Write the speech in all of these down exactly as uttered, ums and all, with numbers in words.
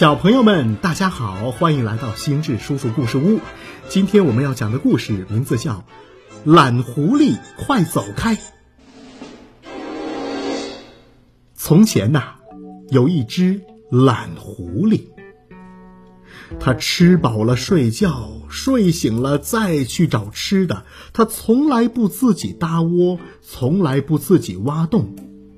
小朋友们大家好，欢迎来到心智叔叔故事屋。今天我们要讲的故事名字叫懒狐狸快走开。从前呐、啊，有一只懒狐狸，它吃饱了睡觉，睡醒了再去找吃的，它从来不自己搭窝，从来不自己挖洞。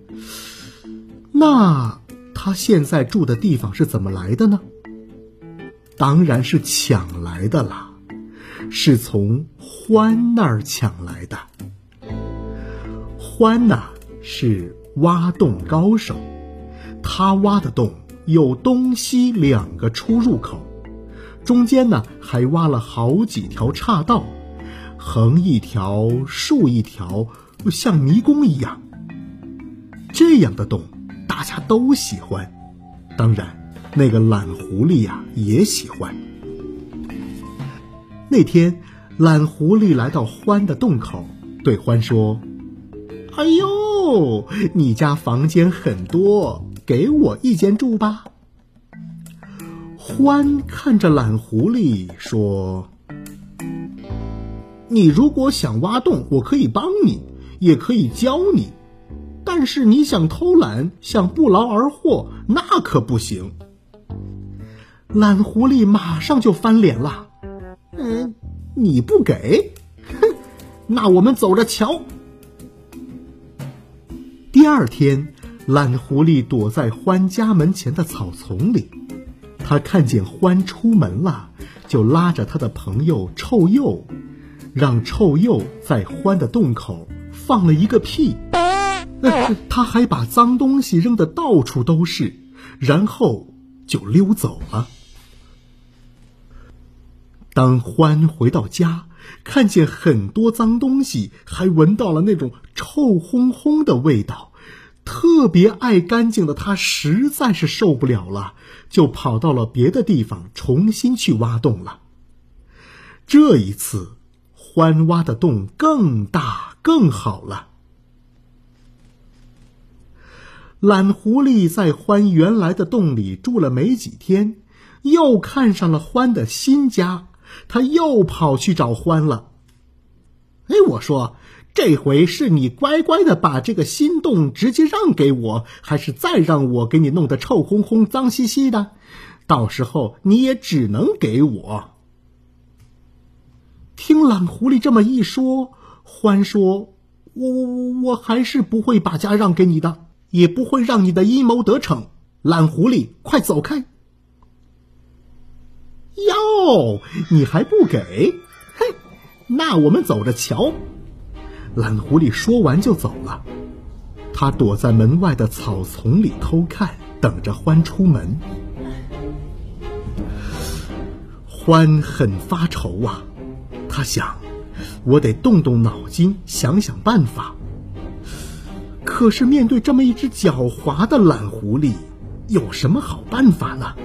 那他现在住的地方是怎么来的呢？当然是抢来的啦，是从獾那儿抢来的。獾呐、啊、是挖洞高手，他挖的洞有东西两个出入口，中间呢还挖了好几条岔道，横一条竖一条，像迷宫一样。这样的洞大家都喜欢，当然那个懒狐狸呀、啊、也喜欢。那天懒狐狸来到獾的洞口，对獾说：哎呦，你家房间很多，给我一间住吧。獾看着懒狐狸说：你如果想挖洞，我可以帮你，也可以教你，但是你想偷懒，想不劳而获，那可不行。懒狐狸马上就翻脸了，嗯，你不给？哼，那我们走着瞧。第二天，懒狐狸躲在獾家门前的草丛里，他看见獾出门了，就拉着他的朋友臭鼬，让臭鼬在獾的洞口放了一个屁。他还把脏东西扔得到处都是，然后就溜走了。当獾回到家，看见很多脏东西，还闻到了那种臭烘烘的味道，特别爱干净的他实在是受不了了，就跑到了别的地方重新去挖洞了。这一次獾挖的洞更大更好了。懒狐狸在獾原来的洞里住了没几天，又看上了獾的新家，他又跑去找獾了。哎，我说，这回是你乖乖的把这个新洞直接让给我，还是再让我给你弄得臭烘烘脏兮兮的？到时候你也只能给我。听懒狐狸这么一说，獾说：我我我还是不会把家让给你的，也不会让你的阴谋得逞。懒狐狸，快走开！哟，你还不给？嘿，那我们走着瞧。懒狐狸说完就走了，他躲在门外的草丛里偷看，等着獾出门。獾很发愁啊，他想，我得动动脑筋，想想办法。可是面对这么一只狡猾的懒狐狸，有什么好办法呢？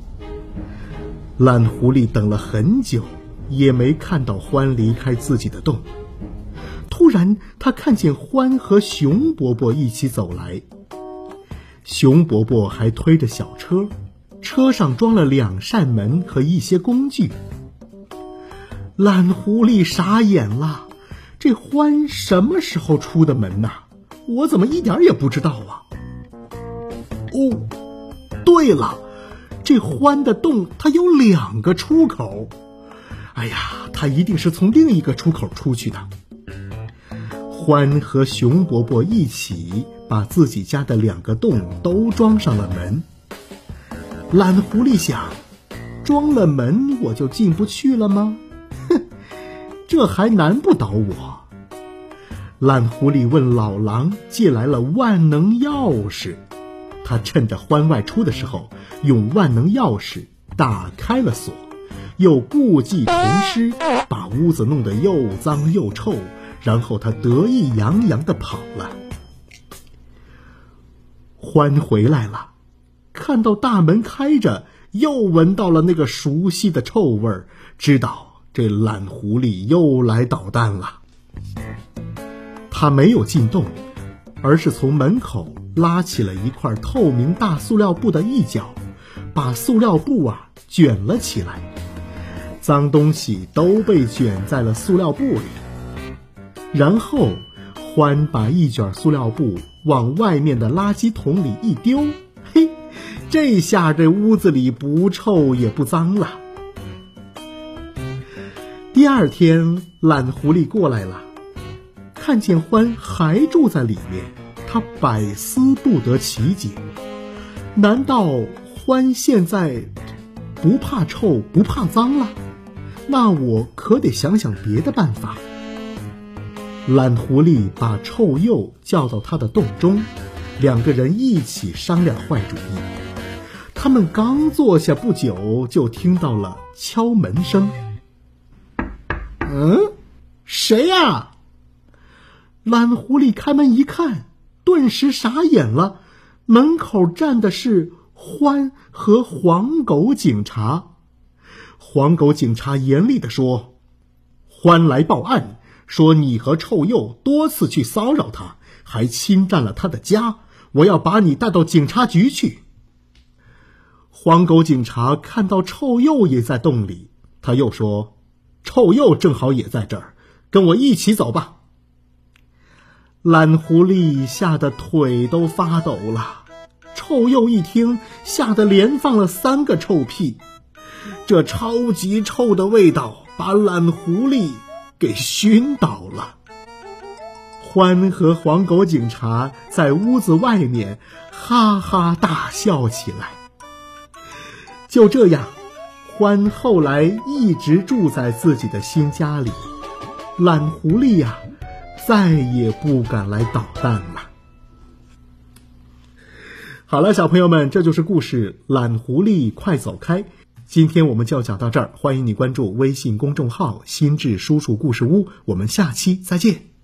懒狐狸等了很久，也没看到獾离开自己的洞。突然他看见獾和熊伯伯一起走来，熊伯伯还推着小车，车上装了两扇门和一些工具。懒狐狸傻眼了，这獾什么时候出的门呐、啊？我怎么一点也不知道啊？哦，对了，这獾的洞它有两个出口。哎呀，它一定是从另一个出口出去的。獾和熊伯伯一起把自己家的两个洞都装上了门。懒狐狸想，装了门我就进不去了吗？哼，这还难不倒我。懒狐狸问老狼借来了万能钥匙，他趁着獾外出的时候，用万能钥匙打开了锁，又故技重施，把屋子弄得又脏又臭，然后他得意洋洋地跑了。獾回来了，看到大门开着，又闻到了那个熟悉的臭味儿，知道这懒狐狸又来捣蛋了。他没有进洞，而是从门口拉起了一块透明大塑料布的一角， 把塑料布啊卷了起来，脏东西都被卷在了塑料布里。然后欢把一卷塑料布往外面的垃圾桶里一丢，嘿，这下这屋子里不臭也不脏了。第二天，懒狐狸过来了，看见欢还住在里面，他百思不得其解。难道欢现在不怕臭不怕脏了？那我可得想想别的办法。懒狐狸把臭鼬叫到他的洞中，两个人一起商量坏主意。他们刚坐下不久，就听到了敲门声。嗯，谁呀？懒狐狸开门一看，顿时傻眼了，门口站的是欢和黄狗警察。黄狗警察严厉地说：欢来报案，说你和臭鼬多次去骚扰他，还侵占了他的家，我要把你带到警察局去。黄狗警察看到臭鼬也在洞里，他又说：臭鼬正好也在这儿，跟我一起走吧。懒狐狸吓得腿都发抖了，臭鼬一听，吓得连放了三个臭屁。这超级臭的味道把懒狐狸给熏倒了。欢和黄狗警察在屋子外面哈哈大笑起来。就这样，欢后来一直住在自己的新家里，懒狐狸呀、啊，再也不敢来捣蛋了。好了，小朋友们，这就是故事《懒狐狸快走开》。今天我们就讲到这儿，欢迎你关注微信公众号“心智叔叔故事屋”，我们下期再见。